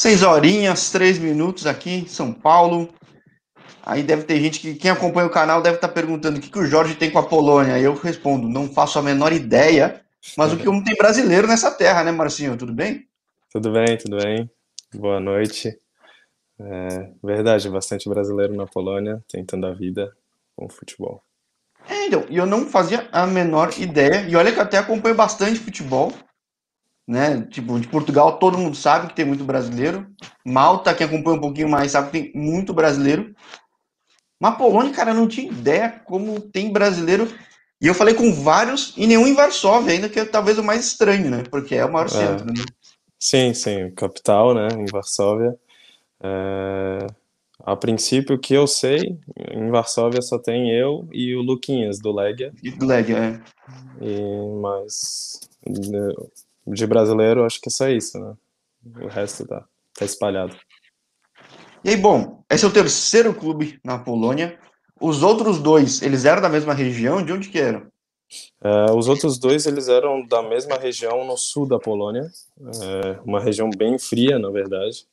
6 horinhas, 3 minutos aqui em São Paulo. Aí deve ter gente que, quem acompanha o canal deve estar perguntando o que o Jorge tem com a Polônia. Aí eu respondo, não faço a menor ideia, mas o que não tem brasileiro nessa terra, né, Marcinho? Tudo bem? Tudo bem, tudo bem. Boa noite. Verdade, bastante brasileiro na Polônia, tentando a vida com o futebol. Então, e eu não fazia a menor ideia. E olha que eu até acompanho bastante futebol, né? Tipo, de Portugal todo mundo sabe que tem muito brasileiro. Malta, quem acompanha um pouquinho mais, sabe que tem muito brasileiro. Mas Polônia, cara, eu não tinha ideia como tem brasileiro. E eu falei com vários, e nenhum em Varsóvia ainda, que é talvez o mais estranho, né? Porque é o maior centro, É, né? sim, capital, né, em Varsóvia. É, a princípio, o que eu sei, em Varsóvia só tem eu e o Luquinhas, do Legia, De Leg, é. mas de brasileiro, acho que é só isso, né? O resto tá espalhado. E aí, bom, esse é o terceiro clube na Polônia. Os outros dois, eles eram da mesma região? De onde que eram? Os outros dois, eles eram da mesma região no sul da Polônia, uma região bem fria, na verdade,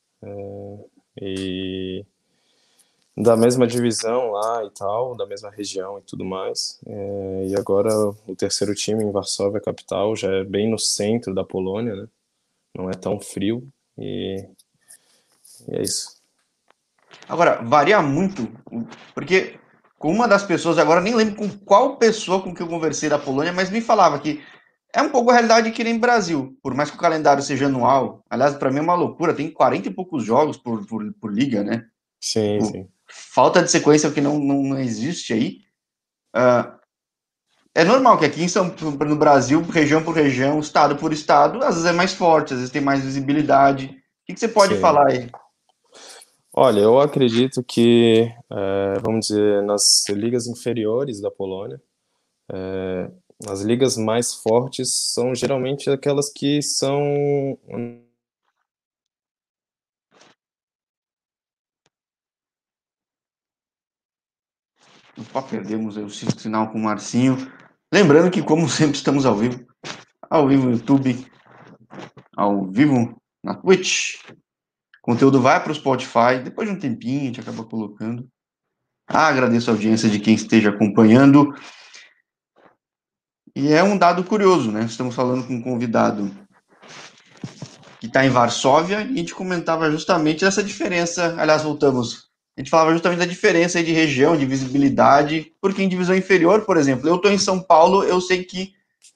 e da mesma divisão lá e tal, da mesma região e tudo mais. E agora o terceiro time em Varsóvia, capital, já é bem no centro da Polônia, né? Não é tão frio e é isso. Agora, varia muito, porque com uma das pessoas, agora nem lembro com qual pessoa com que eu conversei da Polônia, mas me falava que é um pouco a realidade que nem Brasil, por mais que o calendário seja anual. Aliás, para mim é uma loucura, tem 40 e poucos jogos por liga, né? Sim, Tipo, sim. falta de sequência que não existe aí. É normal que aqui no Brasil, região por região, estado por estado, às vezes é mais forte, às vezes tem mais visibilidade. O que você pode Sim. falar aí? Olha, eu acredito que, vamos dizer, nas ligas inferiores da Polônia, as ligas mais fortes são geralmente aquelas que são. Opa, perdemos o sinal com o Marcinho. Lembrando que, como sempre, estamos ao vivo no YouTube, ao vivo na Twitch. O conteúdo vai para o Spotify, depois de um tempinho a gente acaba colocando. Agradeço a audiência de quem esteja acompanhando. E é um dado curioso, né? Estamos falando com um convidado que está em Varsóvia e a gente comentava justamente essa diferença. Aliás, voltamos. A gente falava justamente da diferença aí de região, de visibilidade, porque em divisão inferior, por exemplo, eu estou em São Paulo, eu sei que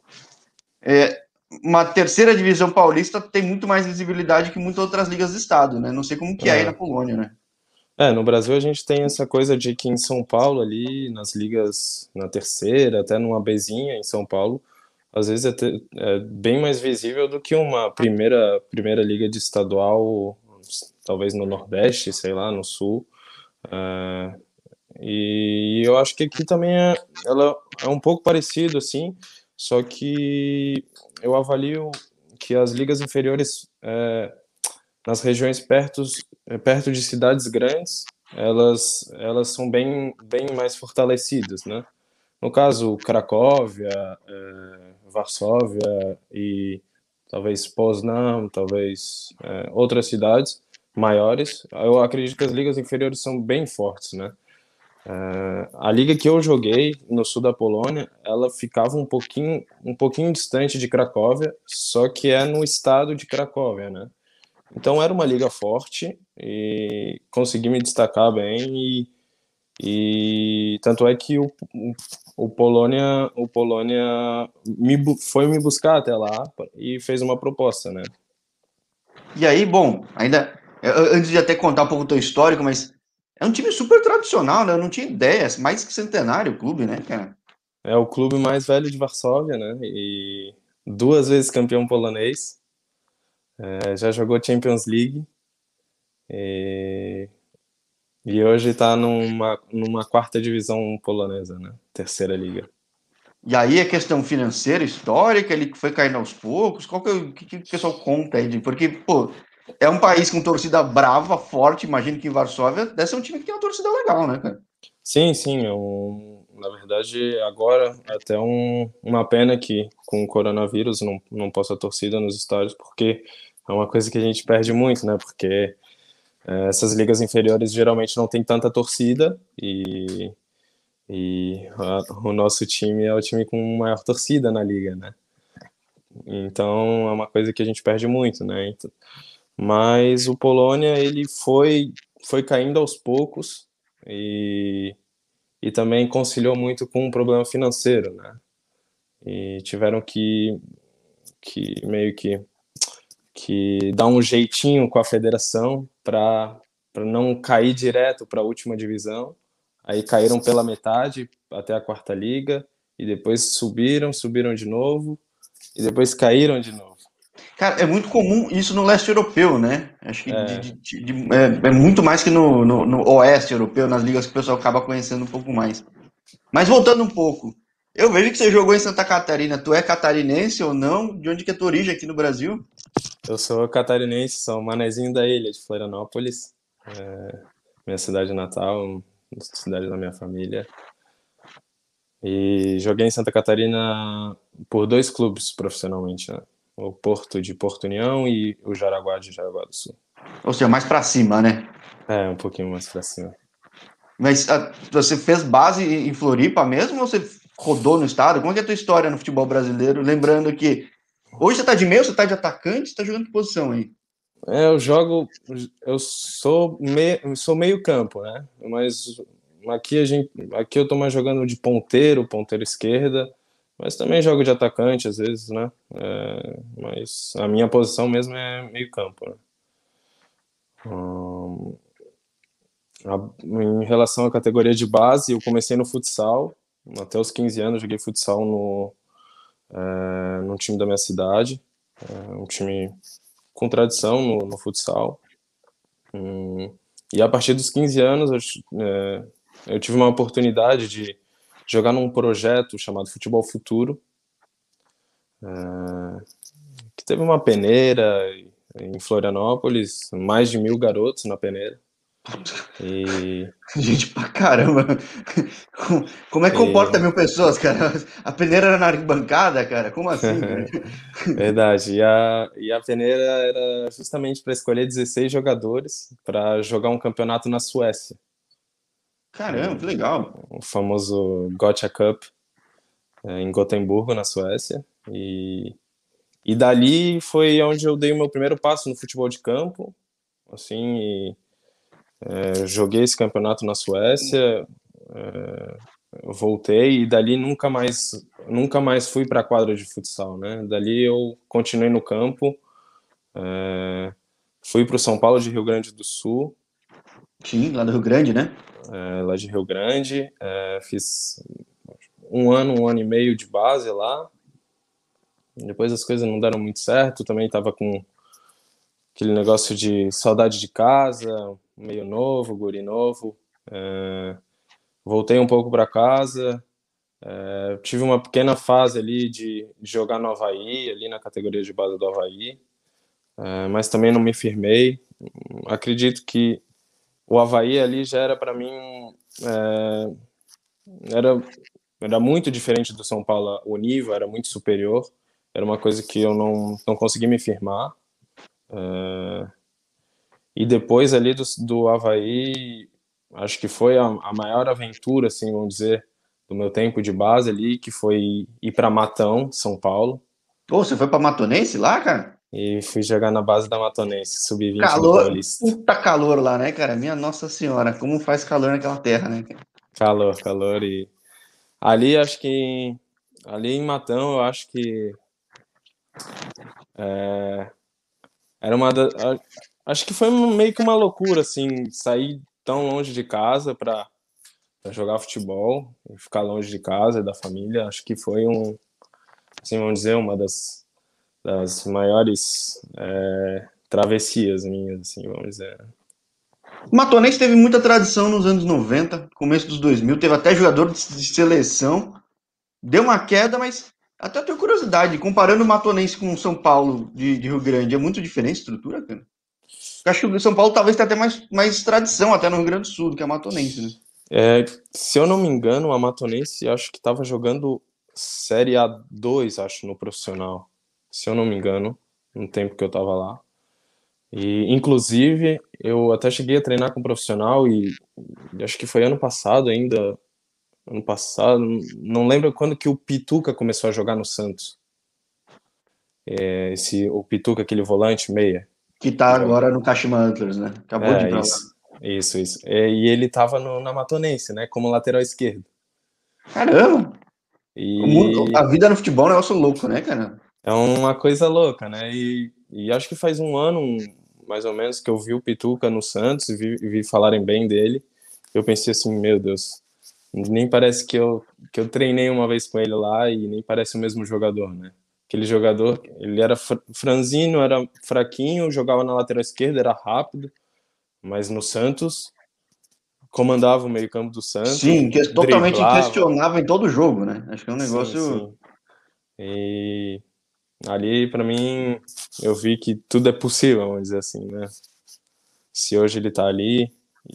uma terceira divisão paulista tem muito mais visibilidade que muitas outras ligas do estado, né? Não sei como que é aí na ah, Polônia, né? no Brasil a gente tem essa coisa de que em São Paulo, ali, nas ligas, na terceira, até numa Bzinha em São Paulo, às vezes é bem mais visível do que uma primeira liga de estadual, talvez no Nordeste, sei lá, no Sul. Ah, e eu acho que aqui também ela é um pouco parecido, assim, só que eu avalio que as ligas inferiores nas regiões perto de cidades grandes, elas são bem mais fortalecidas, né? No caso, Cracóvia, Varsóvia e talvez Poznań, talvez outras cidades maiores, eu acredito que as ligas inferiores são bem fortes, né? A liga que eu joguei no sul da Polônia, ela ficava um pouquinho distante de Cracóvia, só que é no estado de Cracóvia, né? Então era uma liga forte e consegui me destacar bem e tanto é que o Polônia foi me buscar até lá e fez uma proposta, né? E aí, bom, ainda antes de até contar um pouco do teu histórico, mas é um time super tradicional, né? Eu não tinha ideia, mais que centenário o clube, né, cara? É o clube mais velho de Varsóvia, né? E duas vezes campeão polonês. Já jogou Champions League e hoje está numa quarta divisão polonesa, né? Terceira liga. E aí é questão financeira, histórica, ele foi caindo aos poucos. Qual que, que o pessoal conta aí? Porque, pô, é um país com torcida brava, forte. Imagino que em Varsóvia deve ser um time que tem uma torcida legal, né, cara? Sim, na verdade, agora é até uma pena que com o coronavírus não possa torcida nos estádios, porque é uma coisa que a gente perde muito, né? Porque essas ligas inferiores geralmente não tem tanta torcida o nosso time é o time com maior torcida na liga, né? Então é uma coisa que a gente perde muito, né? Mas o Polônia ele foi caindo aos poucos e, e também conciliou muito com um problema financeiro, né? E tiveram que meio que dar um jeitinho com a federação para não cair direto para a última divisão. Aí caíram pela metade até a quarta liga e depois subiram de novo e depois caíram de novo. Cara, é muito comum isso no leste europeu, né? Acho que É, é muito mais que no oeste europeu, nas ligas que o pessoal acaba conhecendo um pouco mais. Mas voltando um pouco, eu vejo que você jogou em Santa Catarina. Tu é catarinense ou não? De onde que é tua origem aqui no Brasil? eu sou catarinense, sou manezinho da ilha de Florianópolis, minha cidade natal, cidade da minha família. E joguei em Santa Catarina por dois clubes profissionalmente, né? O Porto de Porto União e o Jaraguá de Jaraguá do Sul. Ou seja, mais pra cima, né? É, um pouquinho mais pra cima. Mas você fez base em Floripa mesmo ou você rodou no estado? Como é que é a tua história no futebol brasileiro? Lembrando que hoje você tá de meio, você tá de atacante, você tá jogando que posição aí? Eu jogo, eu sou meio campo, né? Mas aqui eu tô mais jogando de ponteiro esquerda, mas também jogo de atacante às vezes, né? Mas a minha posição mesmo é meio campo, né? Em relação à categoria de base, eu comecei no futsal, até os 15 anos joguei futsal no time da minha cidade, um time com tradição no futsal. E a partir dos 15 anos eu tive uma oportunidade de jogar num projeto chamado Futebol Futuro, que teve uma peneira em Florianópolis, mais de 1.000 garotos na peneira. E, Gente, pra caramba. Como é que comporta e 1.000 pessoas, cara? A peneira era na arquibancada, cara? Como assim, velho? verdade. E a peneira era justamente para escolher 16 jogadores para jogar um campeonato na Suécia, Caramba, que legal. o famoso Gothia Cup, em Gotemburgo, na Suécia. E dali foi onde eu dei o meu primeiro passo no futebol de campo, assim, joguei esse campeonato na Suécia, eu voltei e dali nunca mais fui para a quadra de futsal, né? Dali eu continuei no campo, fui para o São Paulo de Rio Grande do Sul, Sim, lá do Rio Grande, né? lá de Rio Grande, fiz um ano e meio de base lá. Depois as coisas não deram muito certo, também estava com aquele negócio de saudade de casa, meio novo, guri novo. Voltei um pouco para casa, tive uma pequena fase ali de jogar no Avaí, ali na categoria de base do Avaí, mas também não me firmei. Acredito que o Avaí ali já era para mim, é, era, era muito diferente do São Paulo, o nível era muito superior, era uma coisa que eu não consegui me firmar. E depois ali do Avaí, acho que foi a maior aventura, assim, vamos dizer, do meu tempo de base ali, que foi ir para Matão, São Paulo, Ô, você foi pra Matonense lá, cara? e fui jogar na base da Matonense, sub-20 no Calor, Paulista. puta calor lá, né, cara? Minha Nossa Senhora, como faz calor naquela terra, né, cara? Calor, calor. E ali, acho que, ali em Matão, eu acho que era acho que foi meio que uma loucura, assim, sair tão longe de casa para jogar futebol, e ficar longe de casa e da família. Acho que foi assim, vamos dizer, uma das maiores travessias minhas, assim, vamos dizer. O Matonense teve muita tradição nos anos 90, começo dos 2000, teve até jogador de seleção. Deu uma queda, mas até eu tenho curiosidade, comparando o Matonense com o São Paulo de Rio Grande, é muito diferente a estrutura, cara? Eu acho que o São Paulo talvez tenha até mais tradição, até no Rio Grande do Sul, do que a Matonense, né? Se eu não me engano, a Matonense acho que estava jogando Série A2, acho, no profissional. Se eu não me engano, no tempo que eu estava lá. E, inclusive, eu até cheguei a treinar com um profissional e acho que foi ano passado, não lembro quando que o Pituca começou a jogar no Santos. O Pituca, aquele volante meia. Que tá Já- agora no Kashima Antlers, né? Acabou de ir É, pra lá. isso. E ele tava na Matonense, né, como lateral esquerdo. Caramba! A E vida no futebol é um negócio louco, né, cara? é uma coisa louca, né? E acho que faz um ano, mais ou menos, que eu vi o Pituca no Santos e vi falarem bem dele. Eu pensei assim, meu Deus, nem parece que eu treinei uma vez com ele lá e nem parece o mesmo jogador, né? Aquele jogador, ele era franzino, era fraquinho, jogava na lateral esquerda, era rápido, mas no Santos, comandava o meio-campo do Santos, Sim, que é totalmente driblava. inquestionável em todo jogo, né? Acho que é um Sim, negócio. sim. E ali, para mim, eu vi que tudo é possível, vamos dizer assim, né? Se hoje ele tá ali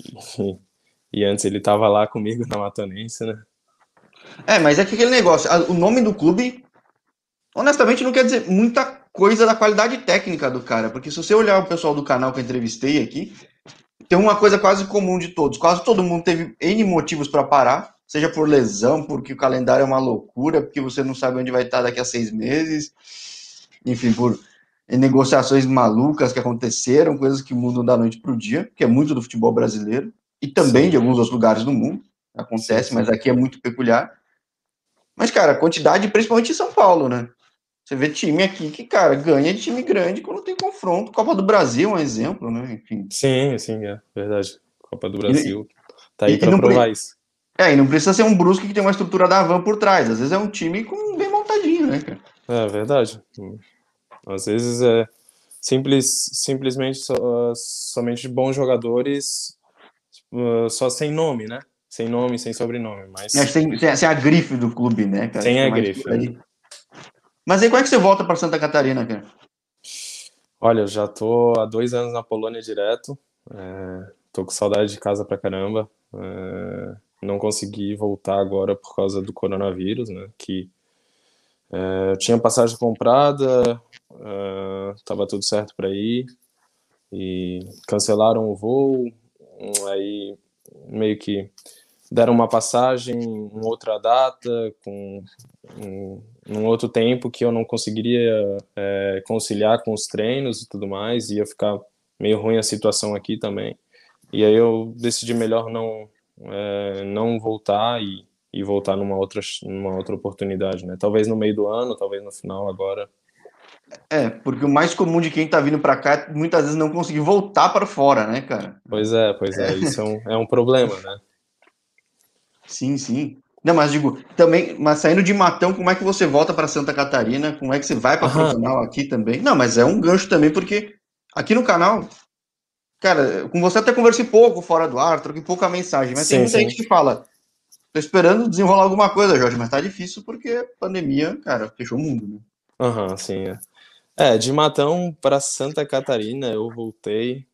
e antes ele tava lá comigo na Matonense, né? É, mas é que aquele negócio, o nome do clube, honestamente, não quer dizer muita coisa da qualidade técnica do cara, porque se você olhar o pessoal do canal que eu entrevistei aqui, tem uma coisa quase comum de todos. Quase todo mundo teve N motivos para parar, seja por lesão, porque o calendário é uma loucura, porque você não sabe onde vai estar daqui a 6 meses, enfim, por negociações malucas que aconteceram, coisas que mudam da noite para o dia, que é muito do futebol brasileiro, e também de Sim, alguns outros lugares do mundo. sim, Acontece, mas sim. aqui é muito peculiar. Mas, cara, a quantidade, principalmente em São Paulo, né? Você vê time aqui que, cara, ganha de time grande quando tem confronto. Copa do Brasil é um exemplo, né? Enfim. Sim, é verdade. Copa do E, Brasil tá aí para não, provar isso. e não precisa ser um Brusque que tem uma estrutura da van por trás. Às vezes é um time com bem montadinho, né, cara? É verdade. Às vezes é simplesmente somente bons jogadores, só sem nome, né? Sem nome, sem sobrenome, É, mas sem a grife do clube, né, cara? Acho sem que é a mais por grife, né? aí. Mas aí, como é que você volta para Santa Catarina, cara? Olha, eu já tô há 2 anos na Polônia direto. Tô com saudade de casa pra caramba. Não consegui voltar agora por causa do coronavírus, né? Que eu tinha passagem comprada, tava tudo certo para ir e cancelaram o voo. Aí meio que deram uma passagem em outra data, com um outro tempo que eu não conseguiria conciliar com os treinos e tudo mais, ia ficar meio ruim a situação aqui também. E aí eu decidi melhor não voltar e voltar numa outra oportunidade, né? Talvez no meio do ano, talvez no final agora. É, porque o mais comum de quem tá vindo para cá é muitas vezes não conseguir voltar para fora, né, cara? Pois é, isso é um problema, né? Sim, sim. Não, mas digo, também, mas saindo de Matão, como é que você volta para Santa Catarina? Como é que você vai para Aham, profissional aqui também? Não, mas é um gancho também, porque aqui no canal, cara, com você até conversei pouco fora do ar, troquei pouca mensagem, mas tem muita gente sim. que fala, tô esperando desenrolar alguma coisa, Jorge, mas tá difícil porque pandemia, cara, fechou o mundo, né? Aham, sim. De Matão para Santa Catarina eu voltei.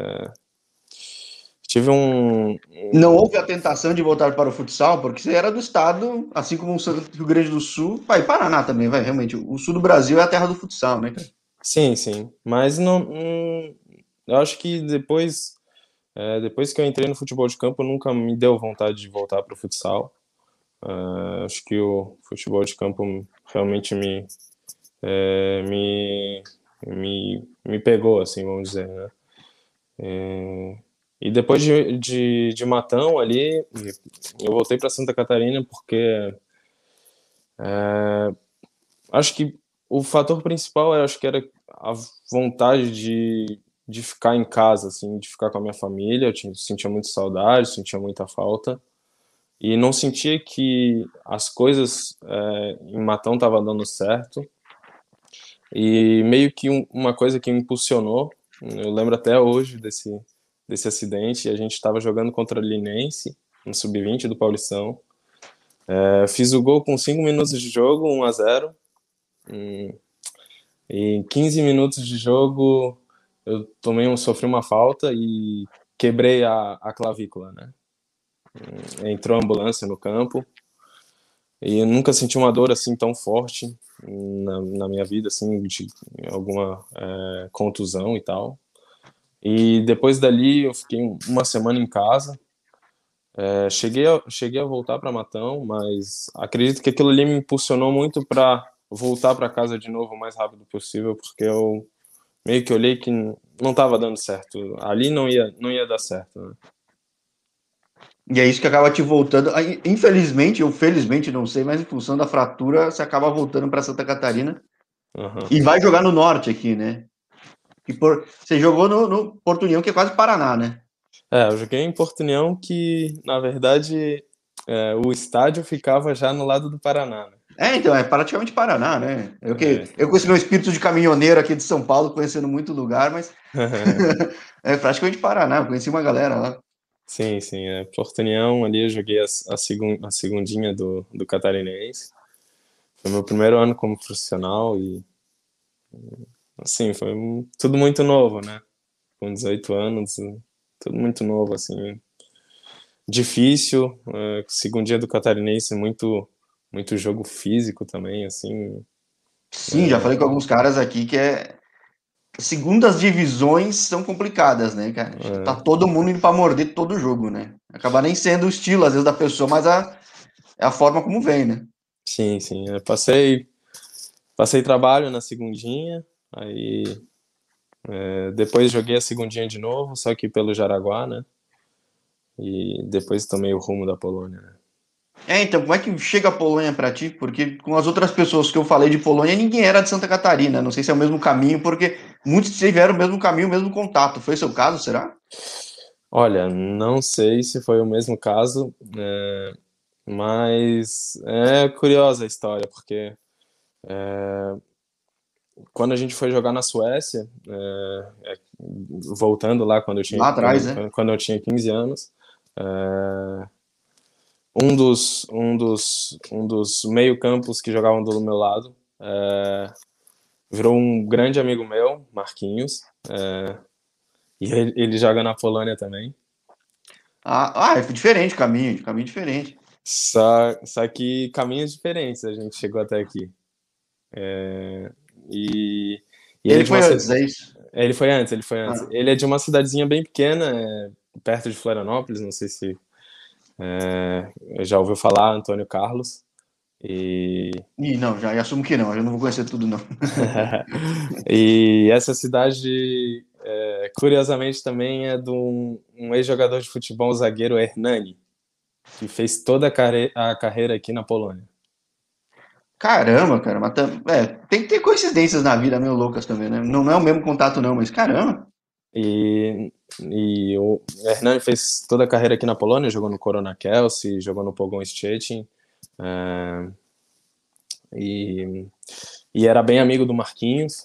Tive Não houve a tentação de voltar para o futsal, porque você era do estado, assim como o Rio Grande do Sul, vai, Paraná também, vai, realmente, o sul do Brasil é a terra do futsal, né, cara? sim. Mas não, eu acho que depois que eu entrei no futebol de campo, nunca me deu vontade de voltar para o futsal. Acho que o futebol de campo realmente me pegou, assim, vamos dizer, né? E depois de Matão ali, eu voltei para Santa Catarina porque acho que o fator principal, eu acho que era a vontade de ficar em casa, assim, de ficar com a minha família. Sentia muita saudade, sentia muita falta. E não sentia que as coisas em Matão estavam dando certo. E meio que uma coisa que me impulsionou, eu lembro até hoje desse acidente, a gente estava jogando contra a Linense, no Sub-20 do Paulistão. Fiz o gol com 5 minutos de jogo, 1-0. E em 15 minutos de jogo, sofri uma falta e quebrei a clavícula, né? Entrou a ambulância no campo e eu nunca senti uma dor assim tão forte na minha vida, assim, de alguma contusão e tal. E depois dali eu fiquei uma semana em casa. Cheguei a voltar para Matão, mas acredito que aquilo ali me impulsionou muito para voltar para casa de novo o mais rápido possível, porque eu meio que olhei que não estava dando certo. Ali não ia dar certo, né? E é isso que acaba te voltando. Aí, infelizmente, ou felizmente, não sei, mas em função da fratura, você acaba voltando para Santa Catarina Aham. e vai jogar no norte aqui, né? Você jogou no Porto União, que é quase Paraná, né? Eu joguei em Porto União, que na verdade o estádio ficava já no lado do Paraná, né? Então, é praticamente Paraná, né? É. Eu com esse meu espírito de caminhoneiro aqui de São Paulo, conhecendo muito lugar, mas é praticamente Paraná, eu conheci uma galera lá. Sim, sim. Porto União, ali eu joguei a segundinha do Catarinense. Foi meu primeiro ano como profissional e, assim, foi tudo muito novo, né? Com 18 anos, tudo muito novo, assim. Difícil, segundinha do Catarinense, muito jogo físico também, assim. Sim, já falei com alguns caras aqui que segundas divisões são complicadas, né, cara? Tá É, todo mundo indo pra morder todo jogo, né? Acaba nem sendo o estilo, às vezes, da pessoa, mas é a forma como vem, né? sim, sim. Passei trabalho na segundinha, aí depois joguei a segundinha de novo, só que pelo Jaraguá, né? E depois tomei o rumo da Polônia, né? Então, como é que chega a Polônia pra ti? Porque com as outras pessoas que eu falei de Polônia, ninguém era de Santa Catarina. Não sei se é o mesmo caminho, porque muitos tiveram o mesmo caminho, o mesmo contato. Foi seu caso, será? Olha, não sei se foi o mesmo caso, mas é curiosa a história, porque quando a gente foi jogar na Suécia, voltando lá Lá atrás, né? quando eu tinha 15 anos, é, um dos meio-campos que jogavam do meu lado virou um grande amigo meu, Marquinhos, e ele joga na Polônia também. É diferente o caminho, caminho diferente. Só que caminhos diferentes a gente chegou até aqui. E, e ele é Ele de uma foi ci- antes, é isso? ele foi antes, ele foi antes. Ah, Ele é de uma cidadezinha bem pequena, perto de Florianópolis, não sei se já ouviu falar, Antônio Carlos. E, não, já assumo que não, eu não vou conhecer tudo, não. e essa cidade, curiosamente, também é de um ex-jogador de futebol, o zagueiro Hernani, que fez toda a carreira aqui na Polônia. Caramba, cara, tem que ter coincidências na vida meio loucas também, né? Não é o mesmo contato, não, mas caramba. E o Hernani fez toda a carreira aqui na Polônia, jogou no Korona Kielce, jogou no Pogoń Szczecin, é, e, e era bem amigo do Marquinhos.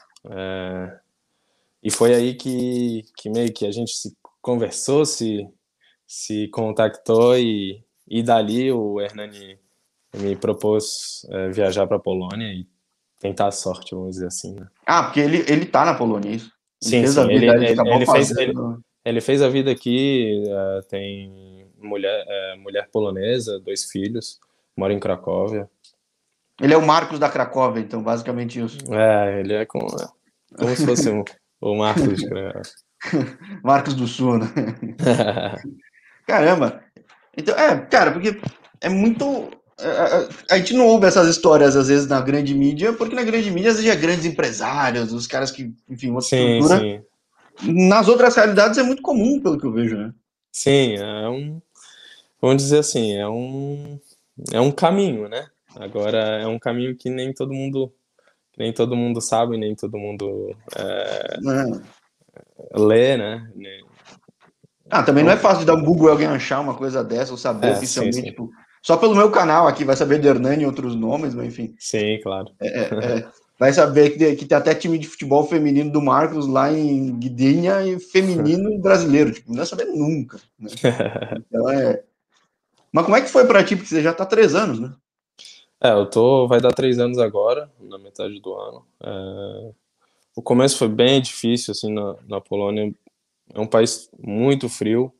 E foi aí que meio que a gente se conversou, se contactou e dali o Hernani me propôs viajar para a Polônia e tentar a sorte, vamos dizer assim, né? Porque ele tá na Polônia, é isso. Ele Sim, fez a sim, vida, ele acabou ele fez a vida aqui, tem mulher polonesa, dois filhos, mora em Cracóvia. Ele é o Marcos da Cracóvia, então, basicamente isso. Ele como se fosse o Marcos de Cracóvia. Marcos do Sul, né? Caramba. Então, cara, porque é muito. A gente não ouve essas histórias, às vezes, na grande mídia, porque na grande mídia, às vezes, é grandes empresários, os caras que, enfim, outra Sim, estrutura. sim. Nas outras realidades é muito comum, pelo que eu vejo, né? Sim, vamos dizer assim, é um caminho, né? Agora, é um caminho que nem todo mundo sabe, nem todo mundo É. lê, né? Também não é Então, fácil de dar um Google e alguém achar uma coisa dessa ou saber sim, oficialmente, sim. tipo, só pelo meu canal aqui vai saber do Hernani e outros nomes, mas enfim. Sim, claro. Vai saber que tem até time de futebol feminino do Marcos lá em Guidinha e feminino brasileiro, tipo, não vai saber nunca, né? Então Mas como é que foi pra ti? Porque você já tá há 3 anos, né? Vai dar 3 anos agora, na metade do ano. O começo foi bem difícil, assim, na Polônia. É um país muito frio,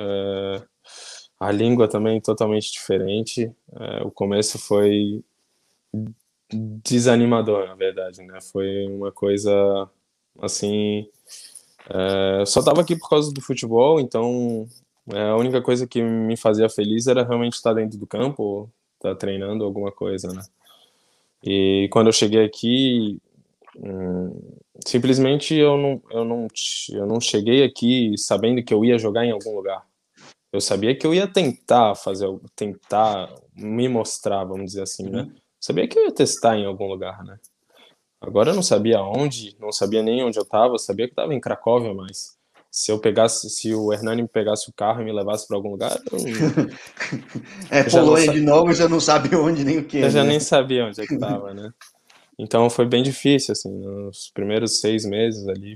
a língua também totalmente diferente. O começo foi desanimador, na verdade, né? Foi uma coisa, assim, Eu só tava aqui por causa do futebol, então a única coisa que me fazia feliz era realmente estar dentro do campo, ou estar treinando alguma coisa, né? E quando eu cheguei aqui, simplesmente eu não cheguei aqui sabendo que eu ia jogar em algum lugar. Eu sabia que eu ia tentar me mostrar, vamos dizer assim, né? Uhum. Sabia que eu ia testar em algum lugar, né? Agora eu não sabia onde, não sabia nem onde eu estava, sabia que estava em Cracóvia, mas se o Hernani me pegasse o carro e me levasse para algum lugar, É, eu já não, Polônia de novo, você não sabe onde nem o eu que, já né? nem sabia onde é que estava, né? Então foi bem difícil, assim, nos primeiros 6 meses ali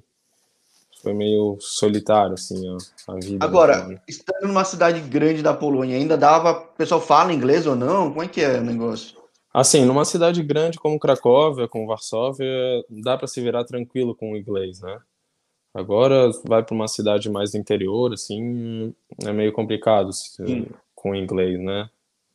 foi meio solitário, assim, a vida na Agora, Polônia. estando numa cidade grande da Polônia, ainda dava. O pessoal fala inglês ou não? Como é que é o negócio? Assim, numa cidade grande como Cracóvia, como Varsóvia, dá para se virar tranquilo com o inglês, né? Agora vai para uma cidade mais do interior, assim, é meio complicado Sim. com o inglês, né?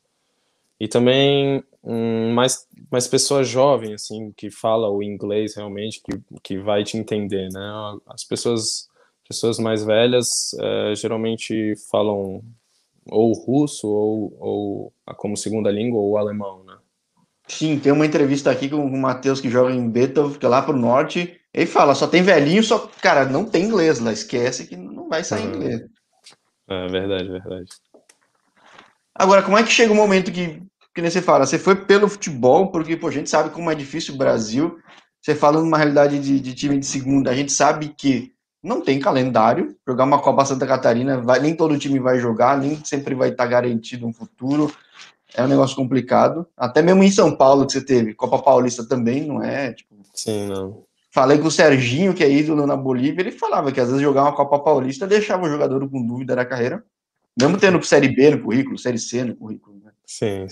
E também mais pessoas jovens, assim, que fala o inglês realmente, que vai te entender, né? As pessoas mais velhas geralmente falam ou russo ou como segunda língua ou alemão, né? Sim, tem uma entrevista aqui com o Matheus que joga em Beethoven, que é lá pro norte. Ele fala, só tem velhinho, só. Cara, não tem inglês lá, esquece que não vai sair Aham. inglês. É verdade, verdade. Agora, como é que chega o momento que nem você fala, você foi pelo futebol, porque, pô, a gente sabe como é difícil o Brasil. Você fala numa realidade de time de segunda, a gente sabe que não tem calendário. Jogar uma Copa Santa Catarina, nem todo time vai jogar, nem sempre vai estar garantido um futuro. É um negócio complicado. Até mesmo em São Paulo que você teve, Copa Paulista também, não é? Tipo, Sim, não. falei com o Serginho, que é ídolo na Bolívia, ele falava que às vezes jogar uma Copa Paulista deixava o jogador com dúvida da carreira, mesmo tendo Série B no currículo, Série C no currículo, né? Sim.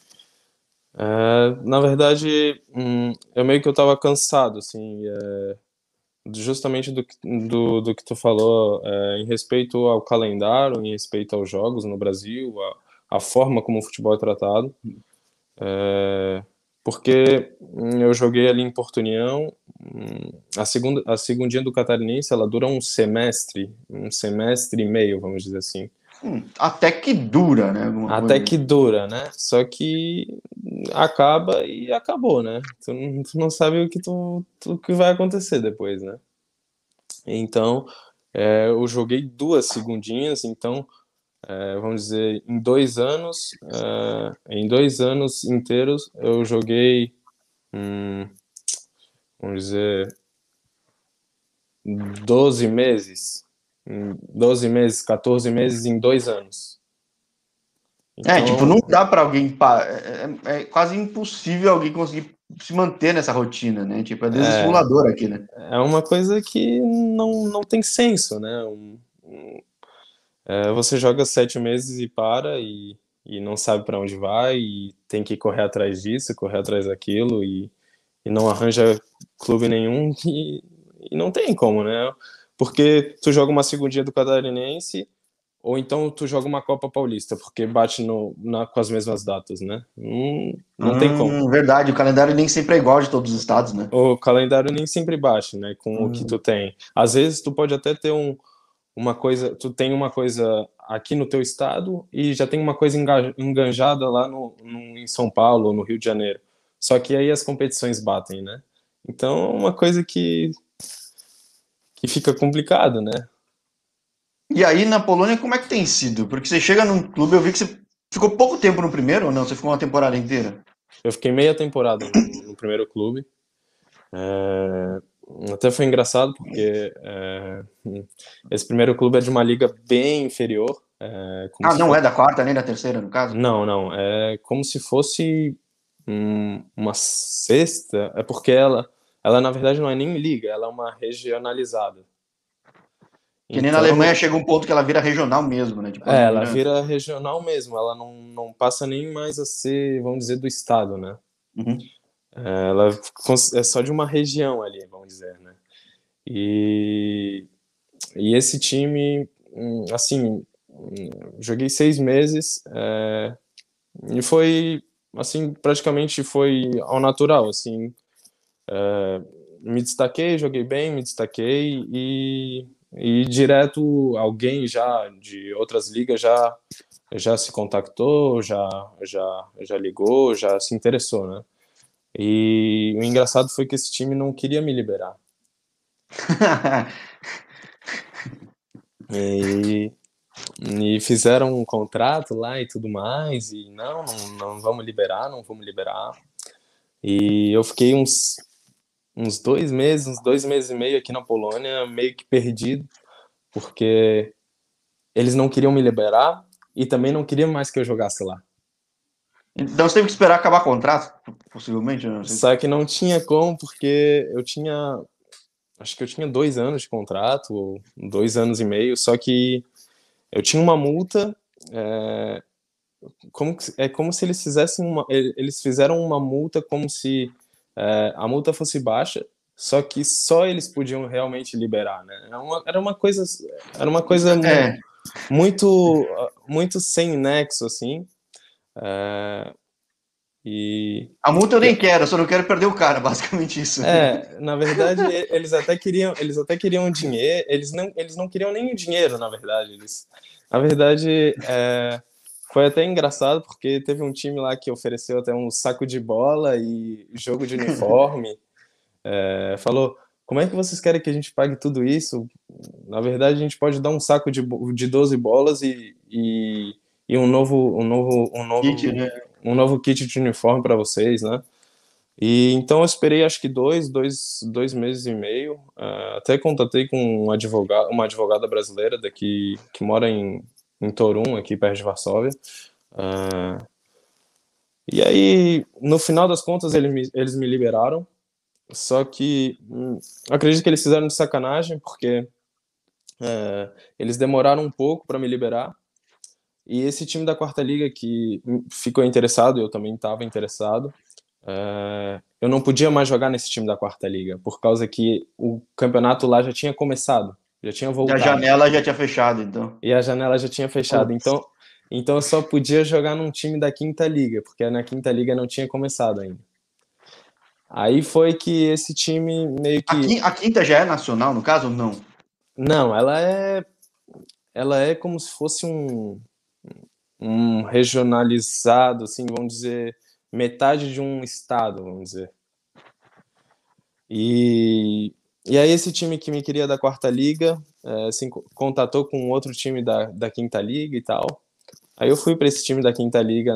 Na verdade, eu meio que eu tava cansado, assim, justamente do que tu falou, em respeito ao calendário, em respeito aos jogos no Brasil, a forma como o futebol é tratado, porque eu joguei ali em Porto União, a segundinha do Catarinense, ela dura um semestre e meio, vamos dizer assim. Até que dura, né? Alguma Até coisa. que dura, né? Só que acaba e acabou, né? Tu não sabe o que vai acontecer depois, né? Então, eu joguei 2 segundinhas, então, vamos dizer, em 2 anos inteiros, eu joguei, hum, vamos dizer, 12 meses. 12 meses, 14 meses em 2 anos. É, tipo, não Então, dá para alguém. É quase impossível alguém conseguir se manter nessa rotina, né? Tipo, é é, desestimulador aqui, né? é uma coisa que não tem senso, né? Você joga 7 meses e para e não sabe para onde vai e tem que correr atrás disso, correr atrás daquilo e não arranja clube nenhum e não tem como, né? Porque tu joga uma segundinha do Catarinense ou então tu joga uma Copa Paulista, porque bate com as mesmas datas, né? Não tem como. Verdade, o calendário nem sempre é igual de todos os estados, né? O calendário nem sempre bate, né, com o que tu tem. Às vezes tu pode até ter uma coisa, tu tem uma coisa aqui no teu estado e já tem uma coisa enganjada lá em São Paulo ou no Rio de Janeiro. Só que aí as competições batem, né? Então é uma coisa que fica complicado, né? E aí na Polônia, como é que tem sido? Porque você chega num clube, eu vi que você ficou pouco tempo no primeiro ou não? Você ficou uma temporada inteira? Eu fiquei meia temporada no primeiro clube. Até foi engraçado porque esse primeiro clube é de uma liga bem inferior, como Ah, se não é fosse. da quarta nem da terceira, no caso? Não, não, é como se fosse uma sexta, é porque ela na verdade não é nem liga, ela é uma regionalizada. Que nem na Alemanha Então, chega um ponto que ela vira regional mesmo, né? Tipo, ela ela vira. vira regional mesmo, ela não passa nem mais a ser, vamos dizer, do estado, né? Uhum. Ela é só de uma região ali, vamos dizer, né? E, e esse time, assim, joguei 6 meses, e foi, assim, praticamente foi ao natural, assim, me destaquei, joguei bem, me destaquei e direto alguém já de outras ligas já se contactou, já ligou, já se interessou, né? E o engraçado foi que esse time não queria me liberar. E, e fizeram um contrato lá e tudo mais, e não vamos liberar, não vamos liberar. E eu fiquei uns 2 meses, uns 2 meses e meio aqui na Polônia, meio que perdido, porque eles não queriam me liberar e também não queriam mais que eu jogasse lá. Então você teve que esperar acabar o contrato, possivelmente, não sei. Só que não tinha como, porque acho que eu tinha 2 anos de contrato, ou 2 anos e meio, só que eu tinha uma multa, é, é como se eles fizessem eles fizeram uma multa como se a multa fosse baixa, só que só eles podiam realmente liberar, né? Era uma coisa É, muito sem nexo, assim, é, e a multa eu nem quero, eu só não quero perder o cara, basicamente isso. na verdade, eles até queriam dinheiro, eles não queriam nem o dinheiro, na verdade. Na verdade, foi até engraçado, porque teve um time lá que ofereceu até um saco de bola e jogo de uniforme. Falou, como é que vocês querem que a gente pague tudo isso? Na verdade, a gente pode dar um saco de 12 bolas e Kit, né? um novo kit de uniforme para vocês, né? E então eu esperei acho que dois meses e meio, até contatei com uma advogada brasileira daqui que mora em Torun, aqui perto de Varsóvia. E aí, no final das contas, eles me liberaram, só que acredito que eles fizeram de sacanagem, porque eles demoraram um pouco para me liberar. E esse time da quarta liga que ficou interessado, eu também estava interessado. Eu não podia mais jogar nesse time da quarta liga, por causa que o campeonato lá já tinha começado, já tinha E a voltado, janela já tinha fechado, então. e a janela já tinha fechado. Putz. Então eu só podia jogar num time da quinta liga, porque na quinta liga não tinha começado ainda. Aí foi que esse time meio que. A quinta já é nacional, no caso, ou não? Não, ela é como se fosse um regionalizado, assim, vamos dizer, metade de um estado, vamos dizer. E aí esse time que me queria da quarta liga se contatou com outro time da quinta liga e tal. Aí eu fui para esse time da quinta liga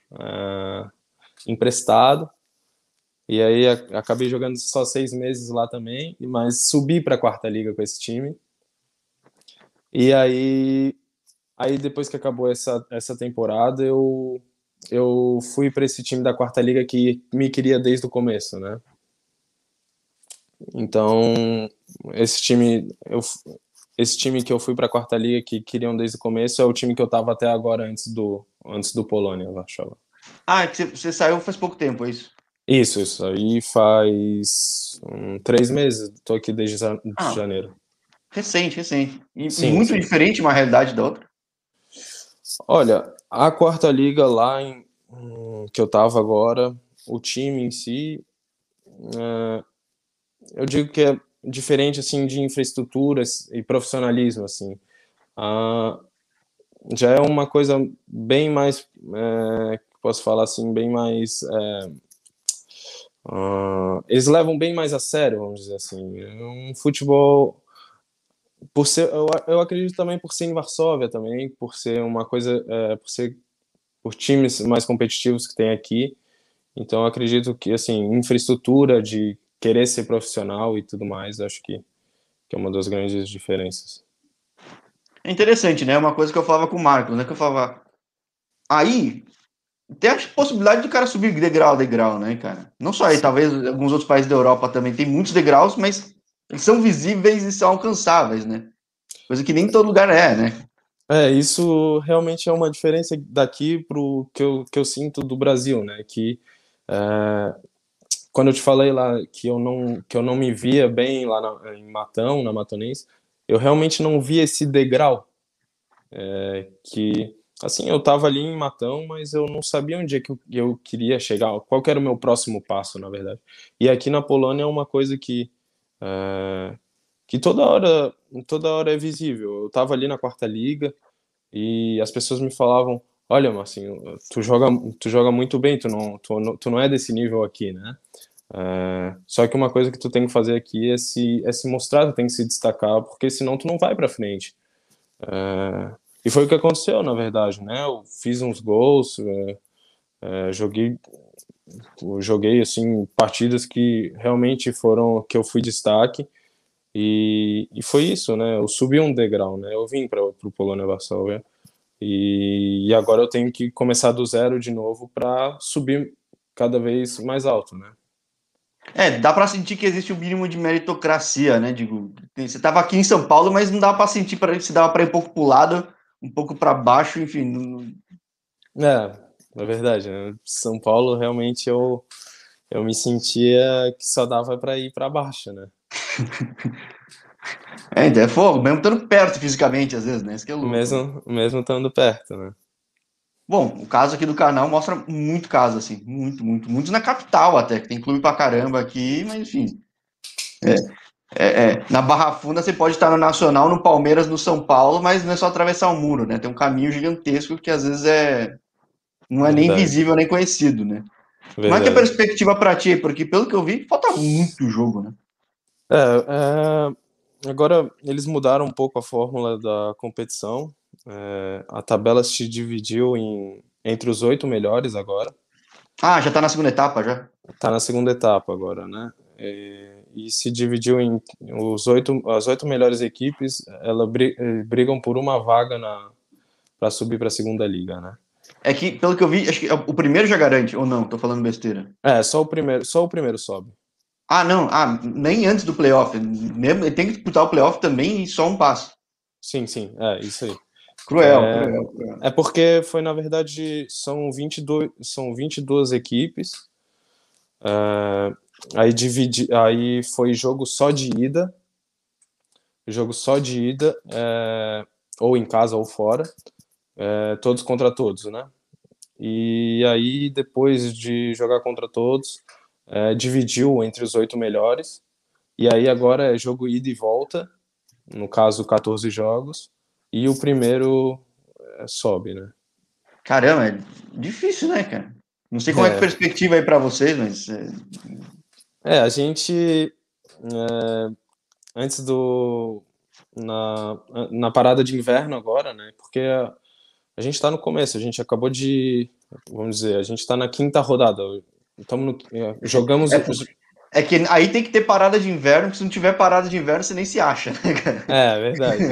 emprestado. E aí acabei jogando só 6 meses lá também, mas subi para a quarta liga com esse time. E aí depois que acabou essa temporada, eu fui para esse time da quarta liga que me queria desde o começo, né? Então, esse time, esse time que eu fui para a quarta liga que queriam desde o começo é o time que eu estava até agora antes do Polônia, Warsaw. Ah, é que você saiu faz pouco tempo, é isso? Isso aí faz 3 meses, estou aqui desde Ah, janeiro. recente, recente. E Sim, muito sim. diferente uma realidade da outra. Olha, a quarta liga lá que eu estava agora, o time em si, eu digo que é diferente assim de infraestruturas e profissionalismo assim. Ah, já é uma coisa bem mais, posso falar assim, bem mais. Eles levam bem mais a sério, vamos dizer assim. É um futebol, eu acredito também por ser em Varsóvia também, por ser uma coisa, por times mais competitivos que tem aqui. Então eu acredito que assim, infraestrutura de querer ser profissional e tudo mais, acho que é uma das grandes diferenças. É interessante, né? Uma coisa que eu falava com o Marcos, né? Que eu falava, aí tem a possibilidade do cara subir degrau a degrau, né, cara? Não só aí, talvez alguns outros países da Europa também tem muitos degraus, mas eles são visíveis e são alcançáveis, né? Coisa que nem todo lugar é, né? Isso realmente é uma diferença daqui pro que eu sinto do Brasil, né? Que quando eu te falei lá que eu não me via bem lá em na Matonense, eu realmente não via esse degrau que Assim, eu tava ali em Matão, mas eu não sabia onde é que eu queria chegar, qual que era o meu próximo passo, na verdade. E aqui na Polônia é uma coisa eh, que toda hora é visível. Eu tava ali na quarta liga e as pessoas me falavam, olha, Marcinho, tu joga muito bem, tu não é desse nível aqui, né? Só que uma coisa que tu tem que fazer aqui é se mostrar, tu tem que se destacar, porque senão tu não vai pra frente. E foi o que aconteceu, na verdade, né? Eu fiz uns gols, é, joguei, joguei assim partidas que realmente foram que eu fui destaque e foi isso, né? Eu subi um degrau, né? Eu vim para o Polônia Varsóvia e agora eu tenho que começar do zero de novo para subir cada vez mais alto, né? Dá para sentir que existe um mínimo de meritocracia, né? Digo, você estava aqui em São Paulo, mas não dava para sentir para se dava para ir um pouco para o lado, um pouco para baixo, enfim. É verdade, né? São Paulo realmente eu me sentia que só dava para ir para baixo, né? Então é fogo, mesmo estando perto fisicamente, às vezes, né? Isso que é louco, né? Mesmo estando perto, né? Bom, o caso aqui do canal mostra muito caso, assim, muito, muito, muitos na capital até, que tem clube pra caramba aqui, mas enfim. Na Barra Funda você pode estar no Nacional, no Palmeiras, no São Paulo, mas não é só atravessar o muro, né? Tem um caminho gigantesco que às vezes não é nem Verdade, visível nem conhecido, né? Como é que é a verdade. perspectiva pra ti? Porque pelo que eu vi, falta muito jogo, né? Agora eles mudaram um pouco a fórmula da competição. A tabela se dividiu entre os 8 melhores agora. Ah, já tá na segunda etapa já. Tá na segunda etapa agora, né? E se dividiu em as 8 melhores equipes, brigam por uma vaga para subir para a segunda liga, né? É que, pelo que eu vi, acho que o primeiro já garante, ou não, tô falando besteira. Só o primeiro sobe. Ah, não, nem antes do playoff. Mesmo, ele tem que disputar o playoff também e só um passo. Sim, sim, isso aí. Cruel, cruel, cruel. É porque foi, na verdade, são 22 equipes. Aí foi jogo só de ida, ou em casa ou fora, todos contra todos, né? E aí, depois de jogar contra todos, dividiu entre os 8 melhores. E aí agora é jogo ida e volta, no caso 14 jogos, e o primeiro sobe, né? Caramba, é difícil, né, cara? Não sei como é que É, perspectiva aí pra vocês, mas a gente antes do na, na parada de inverno agora, né? Porque a gente está no começo, a gente acabou de, vamos dizer, a gente está na quinta rodada. Jogamos, é, é que aí tem que ter parada de inverno, porque se não tiver parada de inverno, você nem se acha, né, cara? verdade.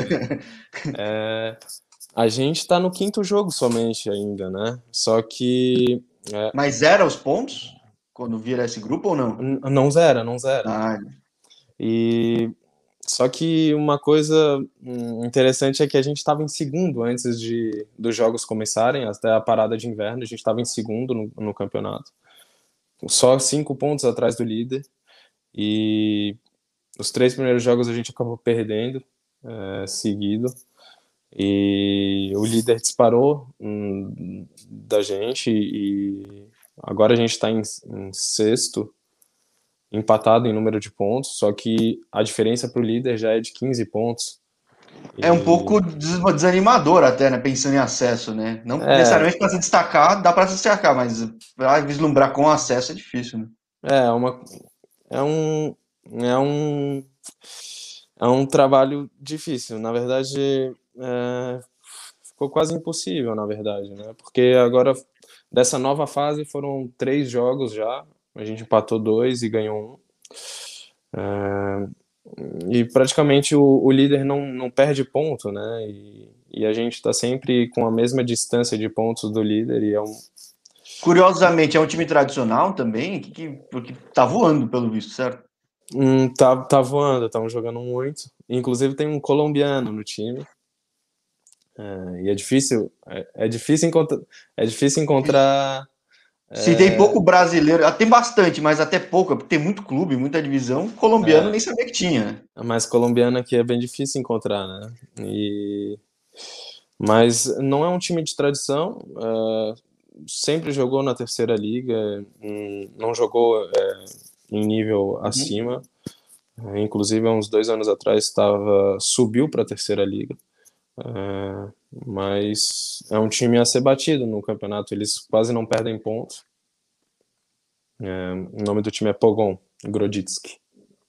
A gente está no quinto jogo somente ainda, né? Só que Mas zera os pontos quando vira esse grupo ou não? não zera, não zera. Ah, E só que uma coisa interessante é que a gente estava em segundo antes dos jogos começarem, até a parada de inverno, a gente estava em segundo no campeonato. Só 5 pontos atrás do líder. E os 3 primeiros jogos a gente acabou perdendo seguido. E o líder disparou da gente e agora a gente está em sexto, empatado em número de pontos, só que a diferença para o líder já é de 15 pontos. é um pouco E desanimador até, né? Pensando em acesso, né? Não é, necessariamente para se destacar, dá para se destacar, mas para vislumbrar com acesso é difícil, né? é uma é um é um é um trabalho difícil. Na verdade, ficou quase impossível, na verdade, né? Porque agora dessa nova fase foram 3 jogos já. A gente empatou 2 e ganhou um. E praticamente o líder não perde ponto, né? E a gente está sempre com a mesma distância de pontos do líder e Curiosamente, é um time tradicional também, porque tá voando, pelo visto, certo? tá voando, estamos jogando muito. Inclusive tem um colombiano no time. E é difícil encontrar. Se tem pouco brasileiro, tem bastante, mas até pouco, porque tem muito clube, muita divisão, colombiano É, nem sabia que tinha, né? mas colombiano aqui é bem difícil encontrar, né? E Mas não é um time de tradição, sempre jogou na terceira liga, não jogou em nível Uhum. acima. Inclusive, há uns 2 anos atrás, subiu para a terceira liga. Mas é um time a ser batido no campeonato. Eles quase não perdem pontos. O nome do time é Pogon Grodzisky.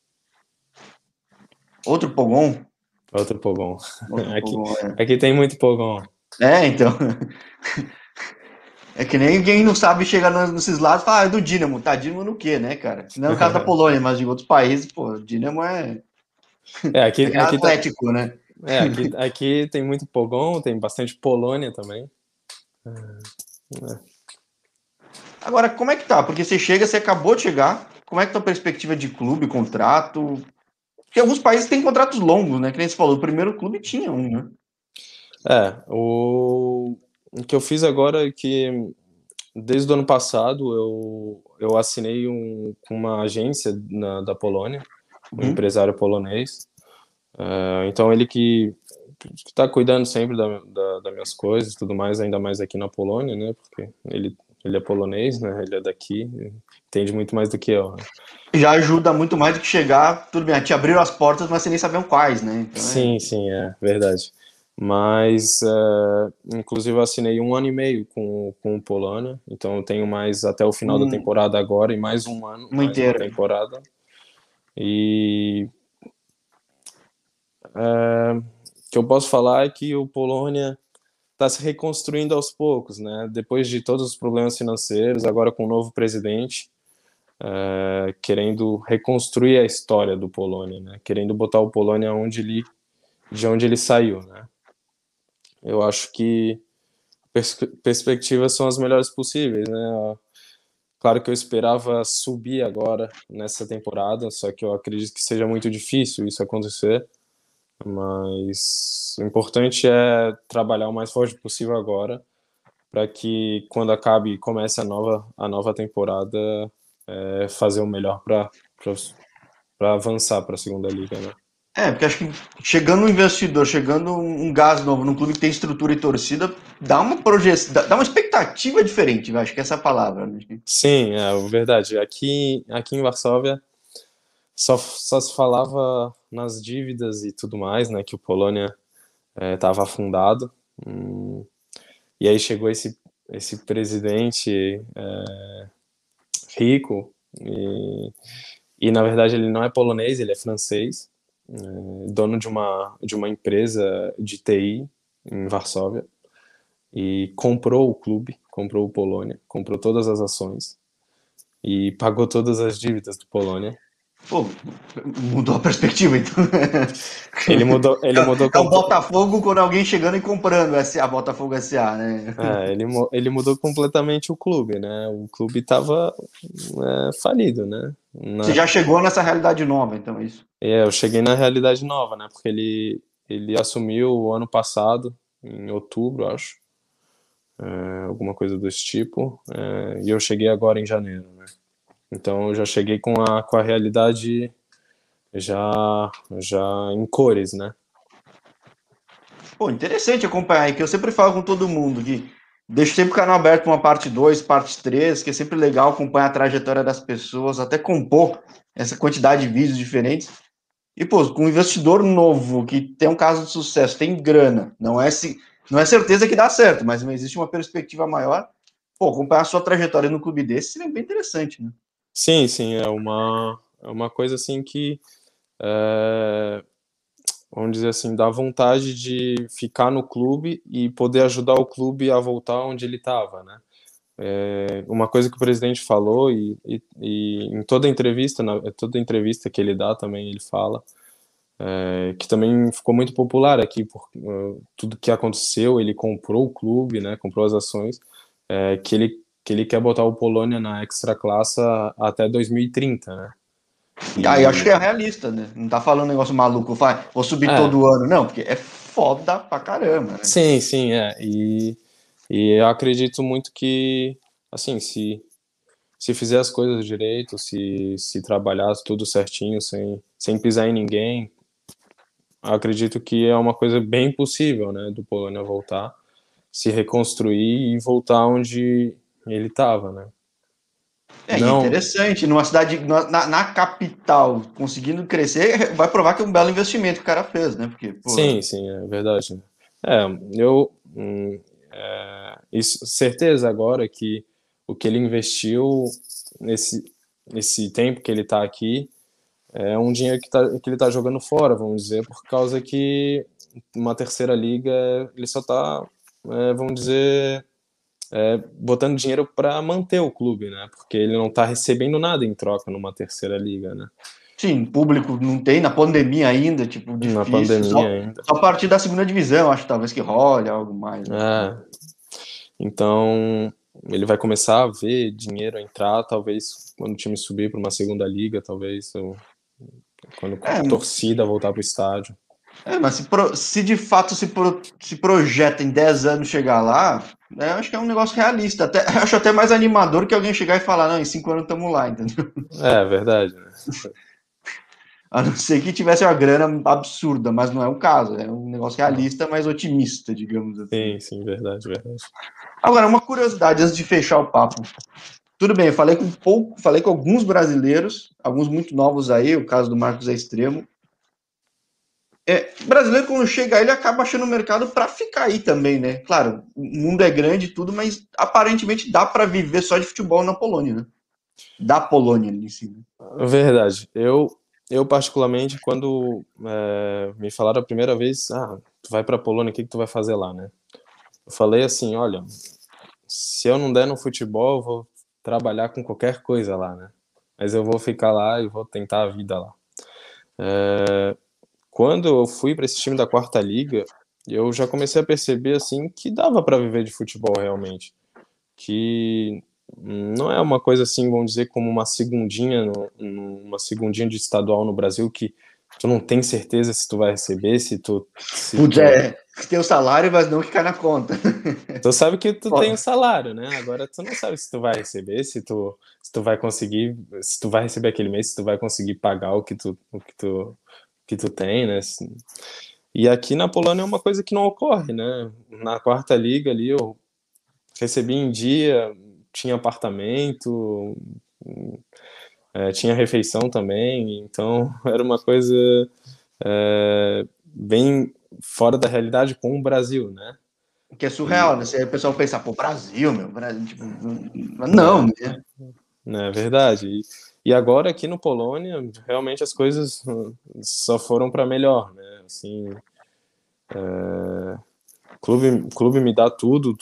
Outro Pogon? Outro Pogon. Outro Aqui, Pogon, é. aqui tem muito Pogon. É, então. É que nem quem não sabe chegar nesses lados e fala, é do Dínamo. Tá, Dínamo no quê, né, cara? Não é no caso da Polônia, mas de outros países, pô, Dínamo É, é que nem Atlético, né? aqui tem muito Pogon, tem bastante Polônia também. Agora, como é que tá? Porque você chega, você acabou de chegar, como é que tá a perspectiva de clube, contrato? Porque alguns países têm contratos longos, né? Que nem você falou, o primeiro clube tinha um, né? O que eu fiz agora é que, desde o ano passado, eu assinei com uma agência da Polônia, um Uhum. empresário polonês. Então, ele que está cuidando sempre das minhas coisas e tudo mais, ainda mais aqui na Polônia, né? Porque ele é polonês, né? Ele é daqui, entende muito mais do que eu, né? Já ajuda muito mais do que chegar, tudo bem, te abriram as portas, mas você nem sabiam quais, né? Então Sim, é verdade. Mas, inclusive, eu assinei 1 ano e meio com o Polônia, então eu tenho mais até o final da um, temporada agora e mais um ano, uma mais uma inteira. temporada. E o que eu posso falar é que o Polônia está se reconstruindo aos poucos, né? Depois de todos os problemas financeiros, agora com o novo presidente, querendo reconstruir a história do Polônia, né? Querendo botar o Polônia de onde ele saiu, né? Eu acho que perspectivas são as melhores possíveis, né? Claro que eu esperava subir agora nessa temporada, só que eu acredito que seja muito difícil isso acontecer. Mas o importante é trabalhar o mais forte possível agora, para que quando acabe e comece a nova temporada, fazer o melhor para avançar para a segunda liga, né? Porque acho que chegando um investidor, chegando um gás novo num clube que tem estrutura e torcida, dá uma projeção, dá uma expectativa diferente, eu acho que essa é a palavra, né? Sim, é verdade. Aqui em Varsóvia só se falava nas dívidas e tudo mais, né? Que o Polônia estava afundado. Hum, e aí chegou esse presidente rico e na verdade ele não é polonês, ele é francês, dono de uma empresa de TI em Varsóvia e comprou o clube, comprou o Polônia, comprou todas as ações e pagou todas as dívidas do Polônia. Pô, mudou a perspectiva, então. Ele mudou É o Botafogo quando alguém chegando e comprando o SA, Botafogo SA, né? ele mudou completamente o clube, né? O clube estava falido, né? Você já chegou nessa realidade nova, então, é isso. Eu cheguei na realidade nova, né? Porque ele assumiu o ano passado, em outubro, acho, alguma coisa desse tipo, e eu cheguei agora em janeiro, né? Então eu já cheguei com a realidade já, já em cores, né? Pô, interessante acompanhar aí, que eu sempre falo com todo mundo que deixo sempre o canal aberto para uma parte 2, parte 3, que é sempre legal acompanhar a trajetória das pessoas, até compor essa quantidade de vídeos diferentes. E, pô, com um investidor novo que tem um caso de sucesso, tem grana, não é certeza que dá certo, mas existe uma perspectiva maior. Pô, acompanhar a sua trajetória no clube desse seria bem interessante, né? Sim, é uma coisa assim que, é, vamos dizer assim, dá vontade de ficar no clube e poder ajudar o clube a voltar onde ele estava, né? Uma coisa que o presidente falou e em toda entrevista que ele dá também ele fala, que também ficou muito popular aqui por tudo que aconteceu, ele comprou o clube, né, comprou as ações, que ele quer botar o Polônia na Ekstraklasa até 2030, né? Aí eu acho que E é realista, né? Não tá falando um negócio maluco, vai, vou subir é, todo ano, não, porque é foda pra caramba, né? sim, e eu acredito muito que, assim, se fizer as coisas direito, se trabalhar tudo certinho, sem pisar em ninguém, acredito que é uma coisa bem possível, né, do Polônia voltar, se reconstruir e voltar onde ele estava, né? E Não, interessante, numa cidade, na capital, conseguindo crescer, vai provar que é um belo investimento que o cara fez, né? Porque, pô, sim, sim, é verdade. É, eu, isso, certeza agora que o que ele investiu nesse, nesse tempo que ele está aqui é um dinheiro que ele tá jogando fora, vamos dizer, por causa que uma terceira liga ele só tá, vamos dizer, botando dinheiro para manter o clube, né? Porque ele não tá recebendo nada em troca numa terceira liga, né? sim, público não tem, na pandemia ainda, tipo, Na difícil. pandemia Só, ainda. só a partir da segunda divisão, acho talvez que role algo mais, né? É, então ele vai começar a ver dinheiro entrar, talvez quando o time subir para uma segunda liga, talvez, ou quando a É, torcida voltar para o estádio. mas se de fato se projeta em 10 anos chegar lá, né, eu acho que é um negócio realista. Até, acho até mais animador que alguém chegar e falar, não, em 5 anos estamos lá, entendeu? É verdade, né? A não ser que tivesse uma grana absurda, mas não é o caso. É um negócio realista, mas otimista, digamos assim. Sim, sim, verdade, verdade. Agora, uma curiosidade antes de fechar o papo. Tudo bem, eu falei com falei com alguns brasileiros, alguns muito novos aí, o caso do Marcos é extremo. Brasileiro, quando chega aí, ele acaba achando o mercado para ficar aí também, né? Claro, o mundo é grande e tudo, mas aparentemente dá para viver só de futebol na Polônia, né? Da Polônia em si. Né? Verdade. Eu particularmente, quando me falaram a primeira vez, tu vai pra Polônia, o que que tu vai fazer lá, né? Eu falei assim, olha, se eu não der no futebol, eu vou trabalhar com qualquer coisa lá, né? Mas eu vou ficar lá e vou tentar a vida lá. Quando eu fui para esse time da quarta liga, eu já comecei a perceber assim que dava para viver de futebol realmente, que não é uma coisa assim, vamos dizer, como uma segundinha, uma segundinha de estadual no Brasil que tu não tem certeza se tu vai receber, se Putz, tu, tem o salário, mas não que cai na conta. tu sabe que tu tem Ó, um salário, né? Agora tu não sabe se tu vai receber, se tu vai conseguir, se tu vai receber aquele mês, se tu vai conseguir pagar o que tu tem, né? E aqui na Polônia é uma coisa que não ocorre, né? Na quarta liga ali eu recebi em dia, tinha apartamento, tinha refeição também, então era uma coisa bem fora da realidade com o Brasil, né? que é surreal, E, né? Se aí o pessoal pensar, pô, Brasil, meu, Brasil, tipo, não, né, né? né, é verdade. E agora aqui no Polônia, realmente as coisas só foram para melhor, né? Assim, o clube me dá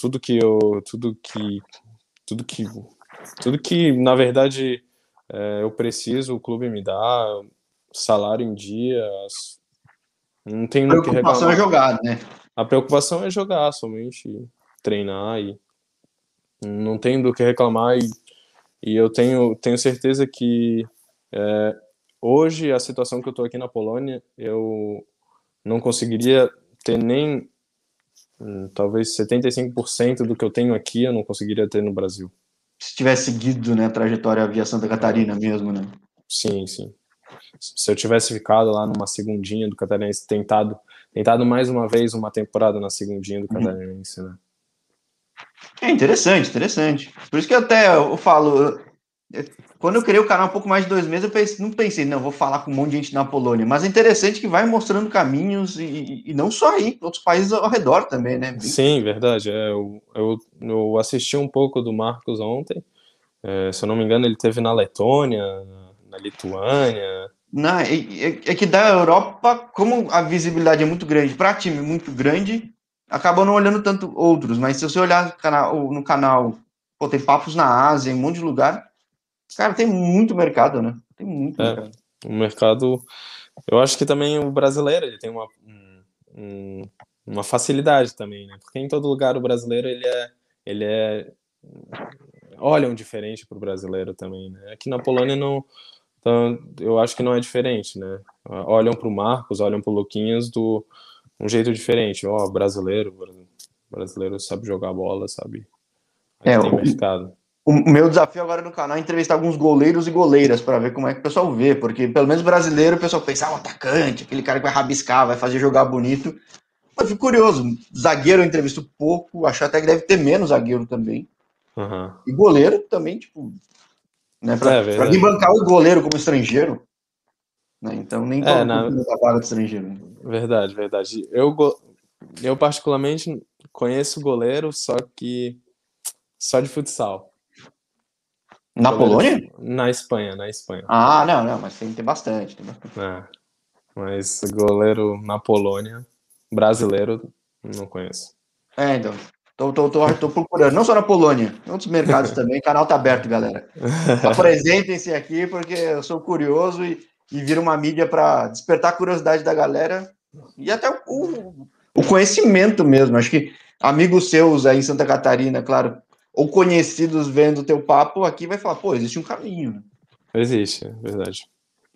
tudo que tudo que na verdade eu preciso, o clube me dá, salário em dia, não tenho do que Preocupação é reclamar. jogar, né? A preocupação é jogar somente, treinar e não tenho do que reclamar e eu tenho certeza que hoje a situação que eu estou aqui na Polônia, eu não conseguiria ter nem talvez 75% do que eu tenho aqui, eu não conseguiria ter no Brasil. Se tivesse seguido, né, a trajetória via Santa Catarina mesmo, né? Sim, sim. Se eu tivesse ficado lá numa segundinha do Catarinense, tentado mais uma vez uma temporada na segundinha do Uhum. Catarinense, né? É interessante, interessante. Por isso que até eu falo, quando eu criei o canal há um pouco mais de 2 meses, não pensei, não, vou falar com um monte de gente na Polônia. Mas é interessante que vai mostrando caminhos e não só aí, outros países ao redor também, né? Bem Sim, verdade. Eu assisti um pouco do Marcos ontem. Se eu não me engano, ele teve na Letônia, na Lituânia. não, é que da Europa, como a visibilidade é muito grande, para time muito grande, acaba não olhando tanto outros. Mas se você olhar no canal, pô, tem papos na Ásia, em um monte de lugar, cara, tem muito mercado, né? Tem muito É, mercado. o mercado. Eu acho que também o brasileiro ele tem uma facilidade também, né? Porque em todo lugar o brasileiro ele é olham diferente para o brasileiro também, né? Aqui na Polônia não, então, eu acho que não é diferente, né? Olham para o Marcos, olham para o Luquinhas um jeito diferente. Ó, brasileiro sabe jogar bola, sabe? É, Aqui tem mercado. O meu desafio agora no canal é entrevistar alguns goleiros e goleiras para ver como é que o pessoal vê, porque pelo menos brasileiro o pessoal pensa, o atacante, aquele cara que vai rabiscar, vai fazer jogar bonito. Eu fico curioso, zagueiro eu entrevisto pouco, acho até que deve ter menos zagueiro também. Aham. E goleiro também, tipo, né, É para vir verdade. bancar o goleiro como estrangeiro, né, então nem É, todo na mundo da vaga de estrangeiro. verdade, verdade. Eu particularmente conheço goleiro, só que só de futsal. Na Goleiro Polônia? na Espanha, na Espanha. Ah, não, não, mas tem bastante, tem bastante. É, mas goleiro na Polônia, brasileiro, não conheço. Então, tô procurando, não só na Polônia, em outros mercados também, o canal tá aberto, galera. Apresentem-se aqui, porque eu sou curioso e vira uma mídia para despertar a curiosidade da galera e até o conhecimento mesmo. Acho que amigos seus aí em Santa Catarina, claro, ou conhecidos vendo o teu papo aqui, vai falar, pô, existe um caminho, né? Existe, é verdade.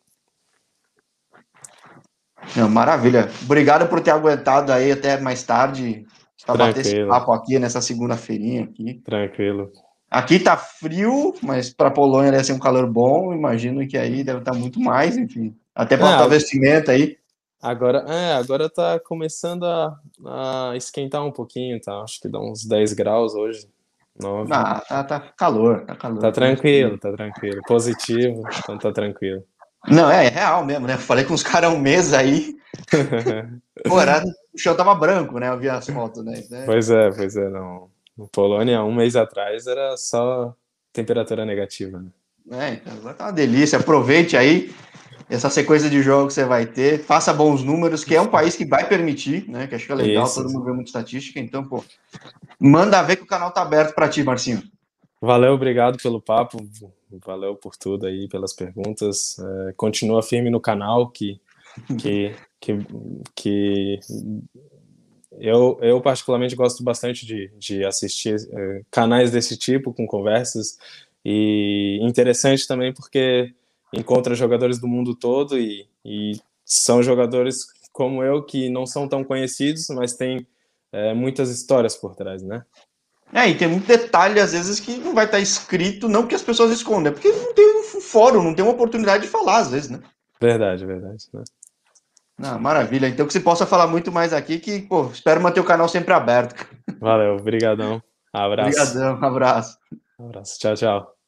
Não, maravilha. Obrigado por ter aguentado aí até mais tarde para bater esse Tranquilo, papo aqui nessa segunda-feirinha aqui. tranquilo. Aqui tá frio, mas para Polônia deve ser um calor bom. Imagino que aí deve estar muito mais, enfim. Até para É, tua vestimenta aí. agora tá começando a esquentar um pouquinho, tá? Acho que dá uns 10 graus hoje, 9. Ah, tá calor, tá Tá calor. Vamos tranquilo, seguir. tá tranquilo. Positivo, então tá tranquilo. Não, é real mesmo, né? Falei com os caras há um mês aí. Pô, o chão tava branco, né? Eu vi as fotos, né? Pois é, não. No Polônia, um mês atrás, era só temperatura negativa, né? Então, vai tá uma delícia. Aproveite aí essa sequência de jogos que você vai ter. Faça bons números, que é um país que vai permitir, né? Que acho que é legal, Isso. todo mundo vê muita estatística. Então, pô, manda ver que o canal tá aberto para ti, Marcinho. Valeu, obrigado pelo papo, valeu por tudo aí, pelas perguntas. Continua firme no canal, que, que eu particularmente gosto bastante de assistir canais desse tipo, com conversas, e interessante também porque encontra jogadores do mundo todo e são jogadores como eu que não são tão conhecidos, mas têm muitas histórias por trás, né? E tem muito detalhe, às vezes, que não vai estar escrito, não que as pessoas escondam, é porque não tem um fórum, não tem uma oportunidade de falar, às vezes, né? Verdade, verdade, né? Não, maravilha. Então que você possa falar muito mais aqui, que, pô, espero manter o canal sempre aberto. Valeu, brigadão, abraço, Obrigadão, um abraço. abraço, tchau, tchau.